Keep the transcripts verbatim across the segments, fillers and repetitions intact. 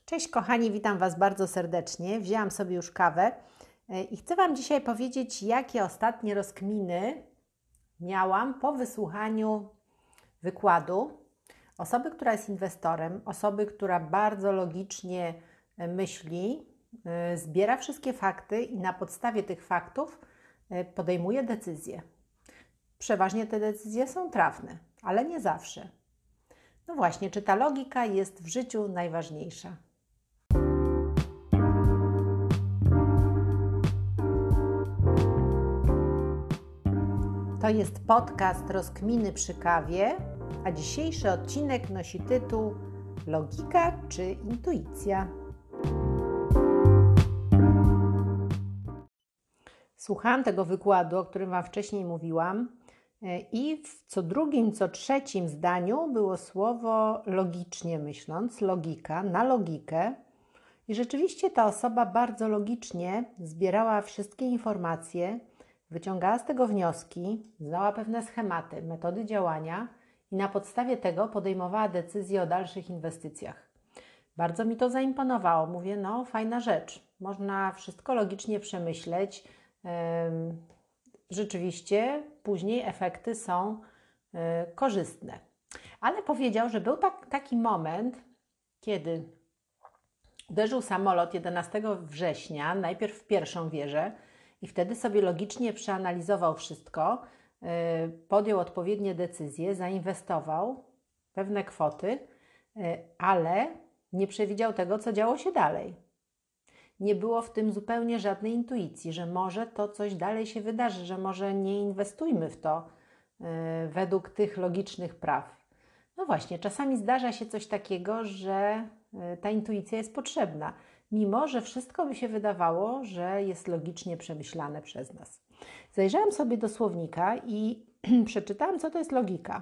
Cześć kochani, witam Was bardzo serdecznie. Wzięłam sobie już kawę i chcę Wam dzisiaj powiedzieć, jakie ostatnie rozkminy miałam po wysłuchaniu wykładu osoby, która jest inwestorem, osoby, która bardzo logicznie myśli, zbiera wszystkie fakty i na podstawie tych faktów podejmuje decyzje. Przeważnie te decyzje są trafne, ale nie zawsze. No właśnie, czy ta logika jest w życiu najważniejsza? To jest podcast Rozkminy przy kawie, a dzisiejszy odcinek nosi tytuł Logika czy intuicja? Słuchałam tego wykładu, o którym Wam wcześniej mówiłam, i w co drugim, co trzecim zdaniu było słowo logicznie myśląc, logika, na logikę. I rzeczywiście ta osoba bardzo logicznie zbierała wszystkie informacje, wyciągała z tego wnioski, znała pewne schematy, metody działania i na podstawie tego podejmowała decyzje o dalszych inwestycjach. Bardzo mi to zaimponowało. Mówię, no fajna rzecz. Można wszystko logicznie przemyśleć. Rzeczywiście później efekty są korzystne. Ale powiedział, że był tak, taki moment, kiedy uderzył samolot jedenastego września, najpierw w pierwszą wieżę, i wtedy sobie logicznie przeanalizował wszystko, podjął odpowiednie decyzje, zainwestował pewne kwoty, ale nie przewidział tego, co działo się dalej. Nie było w tym zupełnie żadnej intuicji, że może to coś dalej się wydarzy, że może nie inwestujmy w to według tych logicznych praw. No właśnie, czasami zdarza się coś takiego, że ta intuicja jest potrzebna, mimo że wszystko by się wydawało, że jest logicznie przemyślane przez nas. Zajrzałam sobie do słownika i przeczytałam, co to jest logika.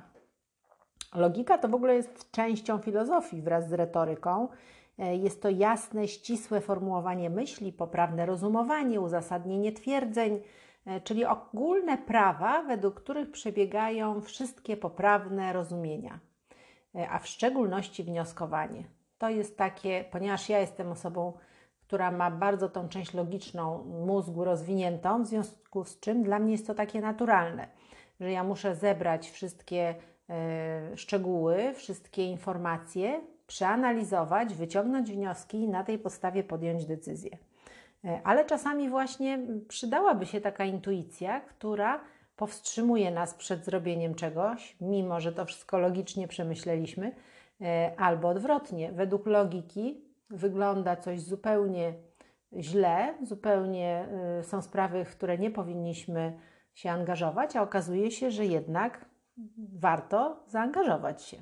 Logika to w ogóle jest częścią filozofii wraz z retoryką. Jest to jasne, ścisłe formułowanie myśli, poprawne rozumowanie, uzasadnienie twierdzeń, czyli ogólne prawa, według których przebiegają wszystkie poprawne rozumienia, a w szczególności wnioskowanie. To jest takie, ponieważ ja jestem osobą, która ma bardzo tą część logiczną mózgu rozwiniętą, w związku z czym dla mnie jest to takie naturalne, że ja muszę zebrać wszystkie y, szczegóły, wszystkie informacje, przeanalizować, wyciągnąć wnioski i na tej podstawie podjąć decyzję. Y, ale czasami właśnie przydałaby się taka intuicja, która powstrzymuje nas przed zrobieniem czegoś, mimo że to wszystko logicznie przemyśleliśmy, albo odwrotnie, według logiki wygląda coś zupełnie źle, zupełnie są sprawy, w które nie powinniśmy się angażować, a okazuje się, że jednak warto zaangażować się.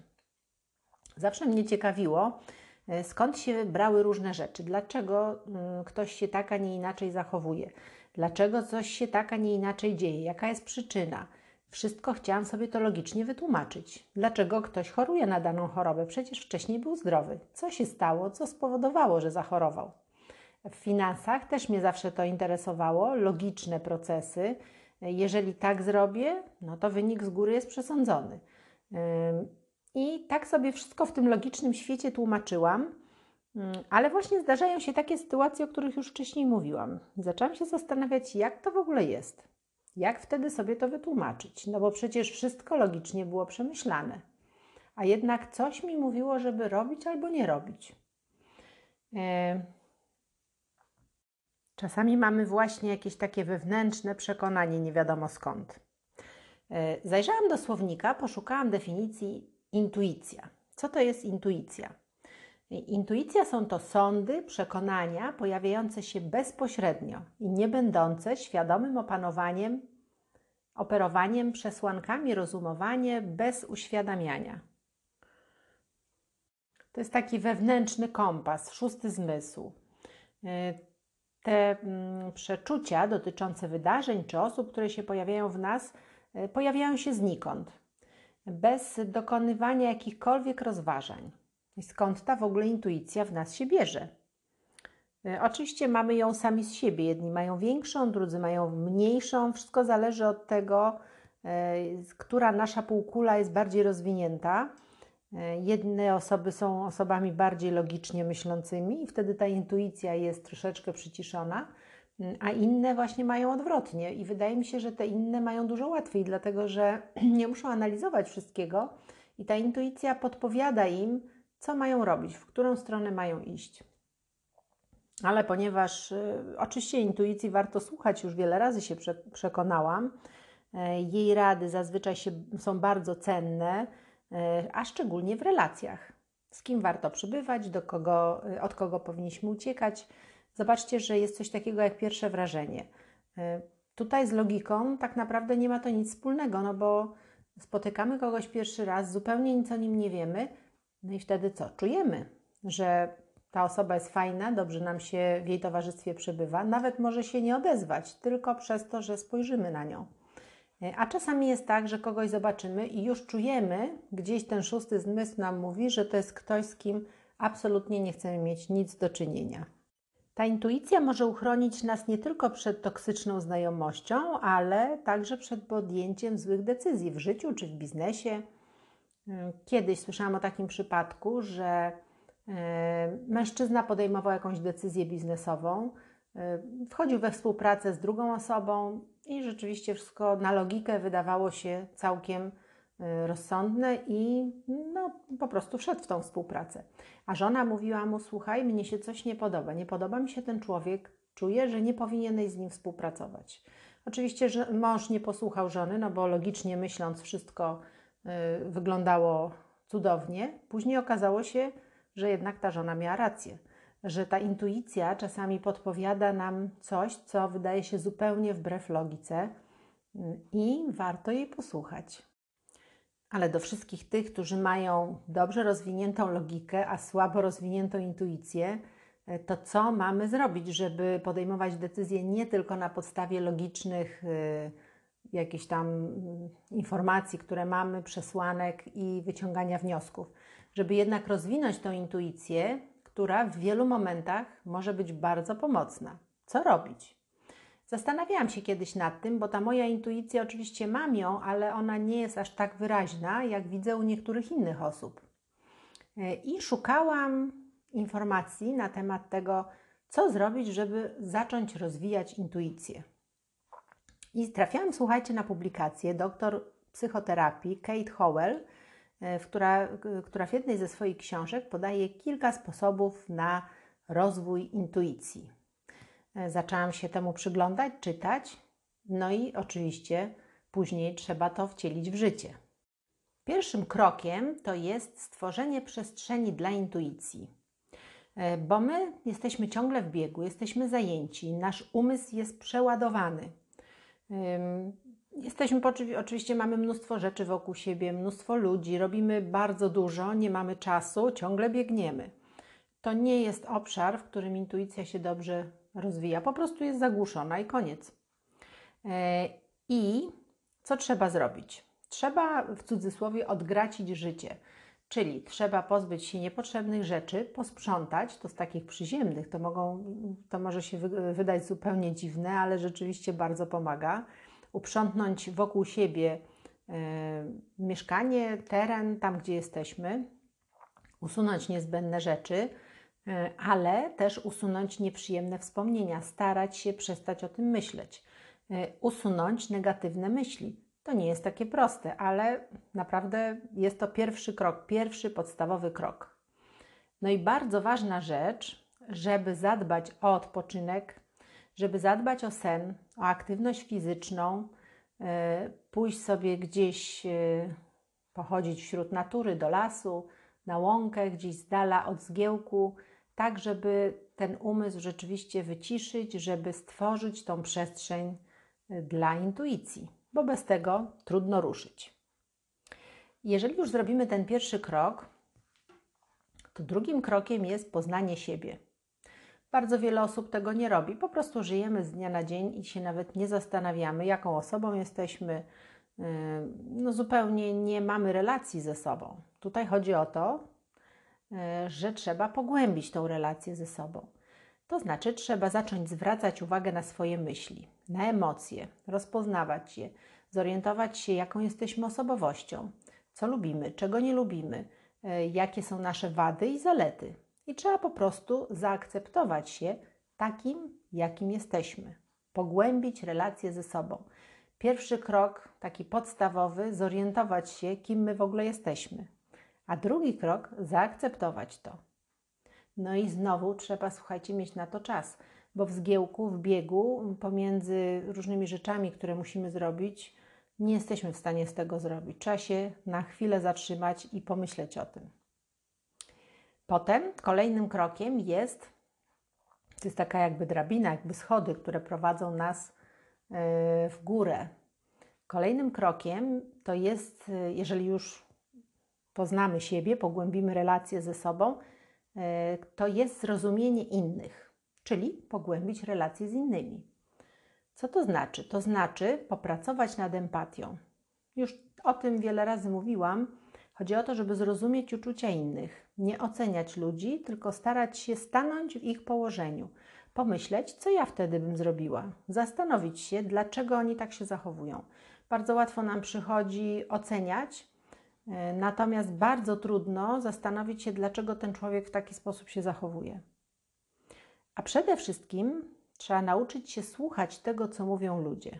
Zawsze mnie ciekawiło, skąd się brały różne rzeczy, dlaczego ktoś się tak, a nie inaczej zachowuje, dlaczego coś się tak, a nie inaczej dzieje, jaka jest przyczyna. Wszystko chciałam sobie to logicznie wytłumaczyć. Dlaczego ktoś choruje na daną chorobę? Przecież wcześniej był zdrowy. Co się stało? Co spowodowało, że zachorował? W finansach też mnie zawsze to interesowało. Logiczne procesy. Jeżeli tak zrobię, no to wynik z góry jest przesądzony. I tak sobie wszystko w tym logicznym świecie tłumaczyłam. Ale właśnie zdarzają się takie sytuacje, o których już wcześniej mówiłam. Zaczęłam się zastanawiać, jak to w ogóle jest. Jak wtedy sobie to wytłumaczyć? No bo przecież wszystko logicznie było przemyślane. A jednak coś mi mówiło, żeby robić albo nie robić. Czasami mamy właśnie jakieś takie wewnętrzne przekonanie, nie wiadomo skąd. Zajrzałam do słownika, poszukałam definicji intuicja. Co to jest intuicja? Intuicja są to sądy, przekonania pojawiające się bezpośrednio i nie będące świadomym opanowaniem, operowaniem przesłankami, rozumowanie bez uświadamiania. To jest taki wewnętrzny kompas, szósty zmysł. Te przeczucia dotyczące wydarzeń czy osób, które się pojawiają w nas, pojawiają się znikąd, bez dokonywania jakichkolwiek rozważań. I skąd ta w ogóle intuicja w nas się bierze? Oczywiście mamy ją sami z siebie. Jedni mają większą, drudzy mają mniejszą. Wszystko zależy od tego, która nasza półkula jest bardziej rozwinięta. Jedne osoby są osobami bardziej logicznie myślącymi i wtedy ta intuicja jest troszeczkę przyciszona, a inne właśnie mają odwrotnie i wydaje mi się, że te inne mają dużo łatwiej, dlatego że nie muszą analizować wszystkiego i ta intuicja podpowiada im, co mają robić, w którą stronę mają iść. Ale ponieważ y, oczywiście intuicji warto słuchać, już wiele razy się prze, przekonałam, y, jej rady zazwyczaj się, są bardzo cenne, y, a szczególnie w relacjach. Z kim warto przybywać, do kogo, y, od kogo powinniśmy uciekać. Zobaczcie, że jest coś takiego jak pierwsze wrażenie. Y, tutaj z logiką tak naprawdę nie ma to nic wspólnego, no bo spotykamy kogoś pierwszy raz, zupełnie nic o nim nie wiemy, no i wtedy co? Czujemy, że ta osoba jest fajna, dobrze nam się w jej towarzystwie przebywa, nawet może się nie odezwać, tylko przez to, że spojrzymy na nią. A czasami jest tak, że kogoś zobaczymy i już czujemy, gdzieś ten szósty zmysł nam mówi, że to jest ktoś, z kim absolutnie nie chcemy mieć nic do czynienia. Ta intuicja może uchronić nas nie tylko przed toksyczną znajomością, ale także przed podjęciem złych decyzji w życiu czy w biznesie. Kiedyś słyszałam o takim przypadku, że mężczyzna podejmował jakąś decyzję biznesową, wchodził we współpracę z drugą osobą i rzeczywiście wszystko na logikę wydawało się całkiem rozsądne i no, po prostu wszedł w tą współpracę. A żona mówiła mu: słuchaj, mnie się coś nie podoba, nie podoba mi się ten człowiek, czuję, że nie powinieneś z nim współpracować. Oczywiście że mąż nie posłuchał żony, no bo logicznie myśląc wszystko y, wyglądało cudownie. Później okazało się, że jednak ta żona miała rację, że ta intuicja czasami podpowiada nam coś, co wydaje się zupełnie wbrew logice i warto jej posłuchać. Ale do wszystkich tych, którzy mają dobrze rozwiniętą logikę, a słabo rozwiniętą intuicję, to co mamy zrobić, żeby podejmować decyzje nie tylko na podstawie logicznych y, jakichś tam informacji, które mamy, przesłanek i wyciągania wniosków, żeby jednak rozwinąć tą intuicję, która w wielu momentach może być bardzo pomocna. Co robić? Zastanawiałam się kiedyś nad tym, bo ta moja intuicja, oczywiście mam ją, ale ona nie jest aż tak wyraźna, jak widzę u niektórych innych osób. I szukałam informacji na temat tego, co zrobić, żeby zacząć rozwijać intuicję. I trafiałam, słuchajcie, na publikację doktor psychoterapii Kate Howell, w która, która w jednej ze swoich książek podaje kilka sposobów na rozwój intuicji. Zaczęłam się temu przyglądać, czytać, no i oczywiście później trzeba to wcielić w życie. Pierwszym krokiem to jest stworzenie przestrzeni dla intuicji, bo my jesteśmy ciągle w biegu, jesteśmy zajęci, nasz umysł jest przeładowany. Jesteśmy, oczywiście mamy mnóstwo rzeczy wokół siebie, mnóstwo ludzi, robimy bardzo dużo, nie mamy czasu, ciągle biegniemy. To nie jest obszar, w którym intuicja się dobrze rozwija, po prostu jest zagłuszona i koniec. I co trzeba zrobić? Trzeba w cudzysłowie odgracić życie, czyli trzeba pozbyć się niepotrzebnych rzeczy, posprzątać, to z takich przyziemnych, to, mogą, to może się wydać zupełnie dziwne, ale rzeczywiście bardzo pomaga. Uprzątnąć wokół siebie e, mieszkanie, teren, tam gdzie jesteśmy, usunąć niezbędne rzeczy, e, ale też usunąć nieprzyjemne wspomnienia, starać się przestać o tym myśleć, e, usunąć negatywne myśli. To nie jest takie proste, ale naprawdę jest to pierwszy krok, pierwszy podstawowy krok. No i bardzo ważna rzecz, żeby zadbać o odpoczynek, żeby zadbać o sen, o aktywność fizyczną, pójść sobie gdzieś, pochodzić wśród natury, do lasu, na łąkę, gdzieś z dala od zgiełku, tak żeby ten umysł rzeczywiście wyciszyć, żeby stworzyć tą przestrzeń dla intuicji, bo bez tego trudno ruszyć. Jeżeli już zrobimy ten pierwszy krok, to drugim krokiem jest poznanie siebie. Bardzo wiele osób tego nie robi. Po prostu żyjemy z dnia na dzień i się nawet nie zastanawiamy, jaką osobą jesteśmy. No zupełnie nie mamy relacji ze sobą. Tutaj chodzi o to, że trzeba pogłębić tą relację ze sobą. To znaczy trzeba zacząć zwracać uwagę na swoje myśli, na emocje, rozpoznawać je, zorientować się, jaką jesteśmy osobowością, co lubimy, czego nie lubimy, jakie są nasze wady i zalety. I trzeba po prostu zaakceptować się takim, jakim jesteśmy. Pogłębić relacje ze sobą. Pierwszy krok, taki podstawowy, zorientować się, kim my w ogóle jesteśmy. A drugi krok, zaakceptować to. No i znowu trzeba, słuchajcie, mieć na to czas, bo w zgiełku, w biegu, pomiędzy różnymi rzeczami, które musimy zrobić, nie jesteśmy w stanie z tego zrobić. Trzeba się na chwilę zatrzymać i pomyśleć o tym. Potem kolejnym krokiem jest, to jest taka jakby drabina, jakby schody, które prowadzą nas w górę. Kolejnym krokiem to jest, jeżeli już poznamy siebie, pogłębimy relacje ze sobą, to jest zrozumienie innych, czyli pogłębić relacje z innymi. Co to znaczy? To znaczy popracować nad empatią. Już o tym wiele razy mówiłam. Chodzi o to, żeby zrozumieć uczucia innych, nie oceniać ludzi, tylko starać się stanąć w ich położeniu, pomyśleć, co ja wtedy bym zrobiła, zastanowić się, dlaczego oni tak się zachowują. Bardzo łatwo nam przychodzi oceniać, natomiast bardzo trudno zastanowić się, dlaczego ten człowiek w taki sposób się zachowuje. A przede wszystkim trzeba nauczyć się słuchać tego, co mówią ludzie.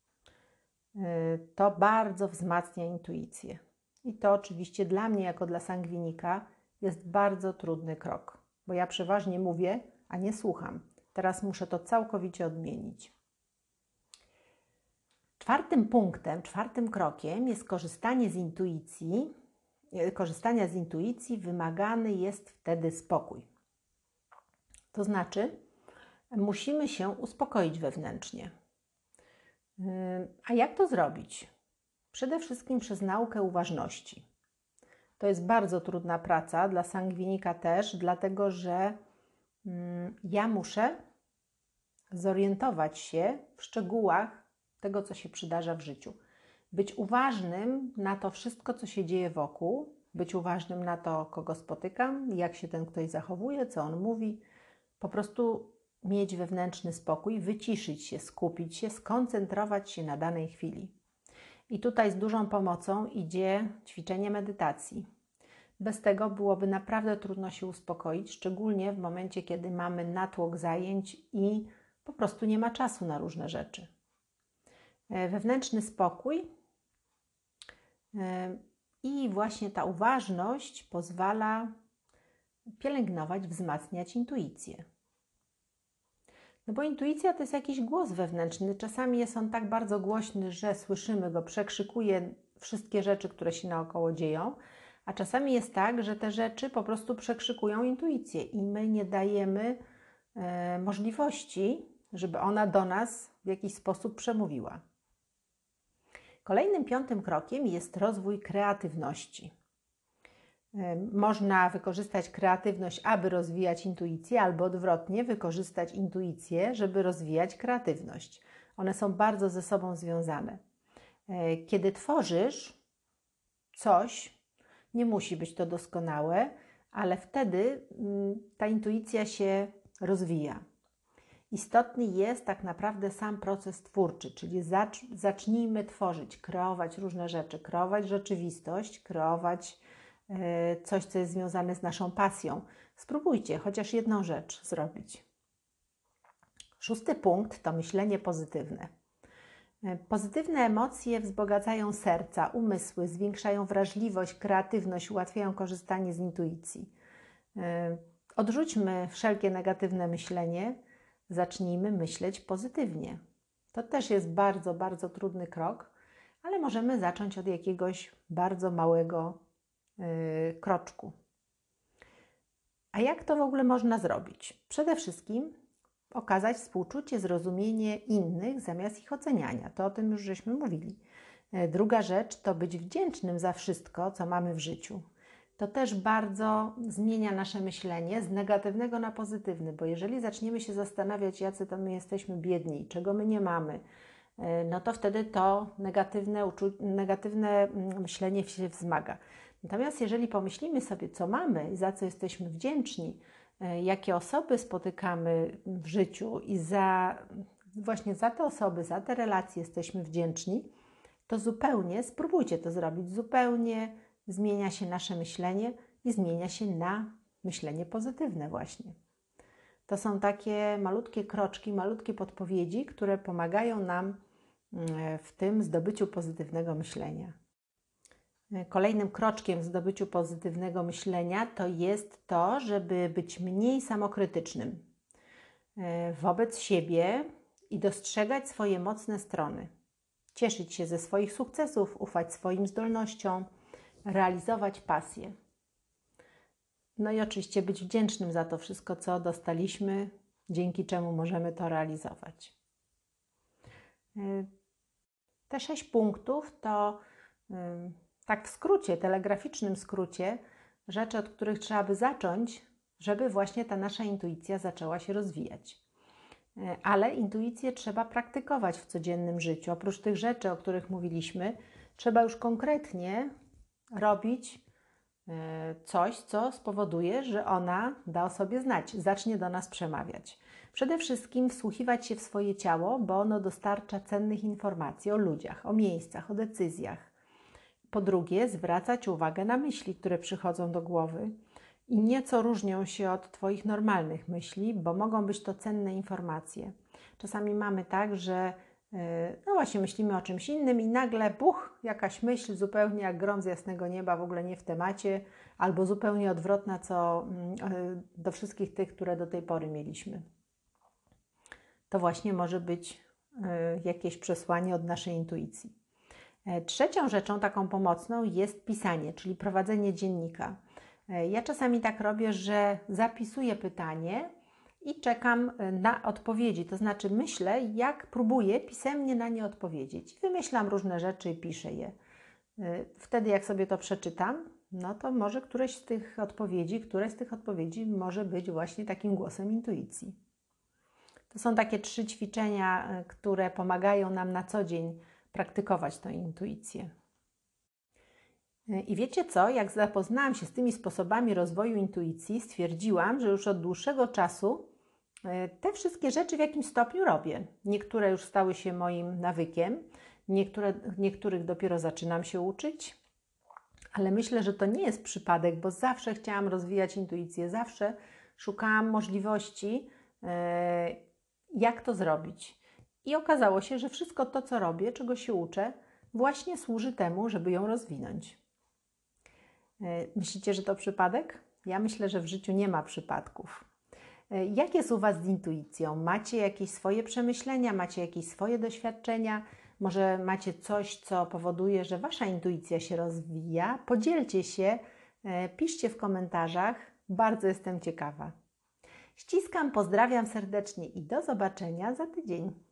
To bardzo wzmacnia intuicję. I to oczywiście dla mnie, jako dla sangwinika, jest bardzo trudny krok, bo ja przeważnie mówię, a nie słucham. Teraz muszę to całkowicie odmienić. Czwartym punktem, czwartym krokiem jest korzystanie z intuicji. Korzystania z intuicji wymagany jest wtedy spokój. To znaczy, musimy się uspokoić wewnętrznie. A jak to zrobić? Przede wszystkim przez naukę uważności. To jest bardzo trudna praca, dla sangwinika też, dlatego że mm, ja muszę zorientować się w szczegółach tego, co się przydarza w życiu. Być uważnym na to wszystko, co się dzieje wokół, być uważnym na to, kogo spotykam, jak się ten ktoś zachowuje, co on mówi. Po prostu mieć wewnętrzny spokój, wyciszyć się, skupić się, skoncentrować się na danej chwili. I tutaj z dużą pomocą idzie ćwiczenie medytacji. Bez tego byłoby naprawdę trudno się uspokoić, szczególnie w momencie, kiedy mamy natłok zajęć i po prostu nie ma czasu na różne rzeczy. Wewnętrzny spokój i właśnie ta uważność pozwala pielęgnować, wzmacniać intuicję. No bo intuicja to jest jakiś głos wewnętrzny. Czasami jest on tak bardzo głośny, że słyszymy go, przekrzykuje wszystkie rzeczy, które się naokoło dzieją, a czasami jest tak, że te rzeczy po prostu przekrzykują intuicję i my nie dajemy e, możliwości, żeby ona do nas w jakiś sposób przemówiła. Kolejnym piątym krokiem jest rozwój kreatywności. Można wykorzystać kreatywność, aby rozwijać intuicję, albo odwrotnie, wykorzystać intuicję, żeby rozwijać kreatywność. One są bardzo ze sobą związane. Kiedy tworzysz coś, nie musi być to doskonałe, ale wtedy ta intuicja się rozwija. Istotny jest tak naprawdę sam proces twórczy, czyli zacz, zacznijmy tworzyć, kreować różne rzeczy, kreować rzeczywistość, kreować coś, co jest związane z naszą pasją. Spróbujcie chociaż jedną rzecz zrobić. Szósty punkt to myślenie pozytywne. Pozytywne emocje wzbogacają serca, umysły, zwiększają wrażliwość, kreatywność, ułatwiają korzystanie z intuicji. Odrzućmy wszelkie negatywne myślenie, zacznijmy myśleć pozytywnie. To też jest bardzo, bardzo trudny krok, ale możemy zacząć od jakiegoś bardzo małego yy, kroczku. A jak to w ogóle można zrobić? Przede wszystkim okazać współczucie, zrozumienie innych zamiast ich oceniania. To o tym już żeśmy mówili. Druga rzecz to być wdzięcznym za wszystko, co mamy w życiu. To też bardzo zmienia nasze myślenie z negatywnego na pozytywny, bo jeżeli zaczniemy się zastanawiać, jacy to my jesteśmy biedni, czego my nie mamy, no to wtedy to negatywne, uczu- negatywne myślenie się wzmaga. Natomiast jeżeli pomyślimy sobie, co mamy i za co jesteśmy wdzięczni, jakie osoby spotykamy w życiu i za, właśnie za te osoby, za te relacje jesteśmy wdzięczni, to zupełnie, spróbujcie to zrobić, zupełnie zmienia się nasze myślenie i zmienia się na myślenie pozytywne właśnie. To są takie malutkie kroczki, malutkie podpowiedzi, które pomagają nam w tym zdobyciu pozytywnego myślenia. Kolejnym kroczkiem w zdobyciu pozytywnego myślenia to jest to, żeby być mniej samokrytycznym wobec siebie i dostrzegać swoje mocne strony. Cieszyć się ze swoich sukcesów, ufać swoim zdolnościom, realizować pasję. No i oczywiście być wdzięcznym za to wszystko, co dostaliśmy, dzięki czemu możemy to realizować. Te sześć punktów to tak w skrócie, telegraficznym skrócie, rzeczy, od których trzeba by zacząć, żeby właśnie ta nasza intuicja zaczęła się rozwijać. Ale intuicję trzeba praktykować w codziennym życiu. Oprócz tych rzeczy, o których mówiliśmy, trzeba już konkretnie robić coś, co spowoduje, że ona da o sobie znać, zacznie do nas przemawiać. Przede wszystkim wsłuchiwać się w swoje ciało, bo ono dostarcza cennych informacji o ludziach, o miejscach, o decyzjach. Po drugie, zwracać uwagę na myśli, które przychodzą do głowy i nieco różnią się od Twoich normalnych myśli, bo mogą być to cenne informacje. Czasami mamy tak, że no właśnie myślimy o czymś innym i nagle buch, jakaś myśl zupełnie jak grom z jasnego nieba, w ogóle nie w temacie, albo zupełnie odwrotna co do wszystkich tych, które do tej pory mieliśmy. To właśnie może być jakieś przesłanie od naszej intuicji. Trzecią rzeczą taką pomocną jest pisanie, czyli prowadzenie dziennika. Ja czasami tak robię, że zapisuję pytanie i czekam na odpowiedzi, to znaczy myślę, jak próbuję pisemnie na nie odpowiedzieć. Wymyślam różne rzeczy i piszę je. Wtedy jak sobie to przeczytam, no to może któreś z tych odpowiedzi, któreś z tych odpowiedzi może być właśnie takim głosem intuicji. To są takie trzy ćwiczenia, które pomagają nam na co dzień praktykować tę intuicję. I wiecie co? Jak zapoznałam się z tymi sposobami rozwoju intuicji, stwierdziłam, że już od dłuższego czasu te wszystkie rzeczy w jakimś stopniu robię. Niektóre już stały się moim nawykiem, niektóre, niektórych dopiero zaczynam się uczyć, ale myślę, że to nie jest przypadek, bo zawsze chciałam rozwijać intuicję, zawsze szukałam możliwości, jak to zrobić. I okazało się, że wszystko to, co robię, czego się uczę, właśnie służy temu, żeby ją rozwinąć. Myślicie, że to przypadek? Ja myślę, że w życiu nie ma przypadków. Jak jest u Was z intuicją? Macie jakieś swoje przemyślenia? Macie jakieś swoje doświadczenia? Może macie coś, co powoduje, że Wasza intuicja się rozwija? Podzielcie się, piszcie w komentarzach. Bardzo jestem ciekawa. Ściskam, pozdrawiam serdecznie i do zobaczenia za tydzień.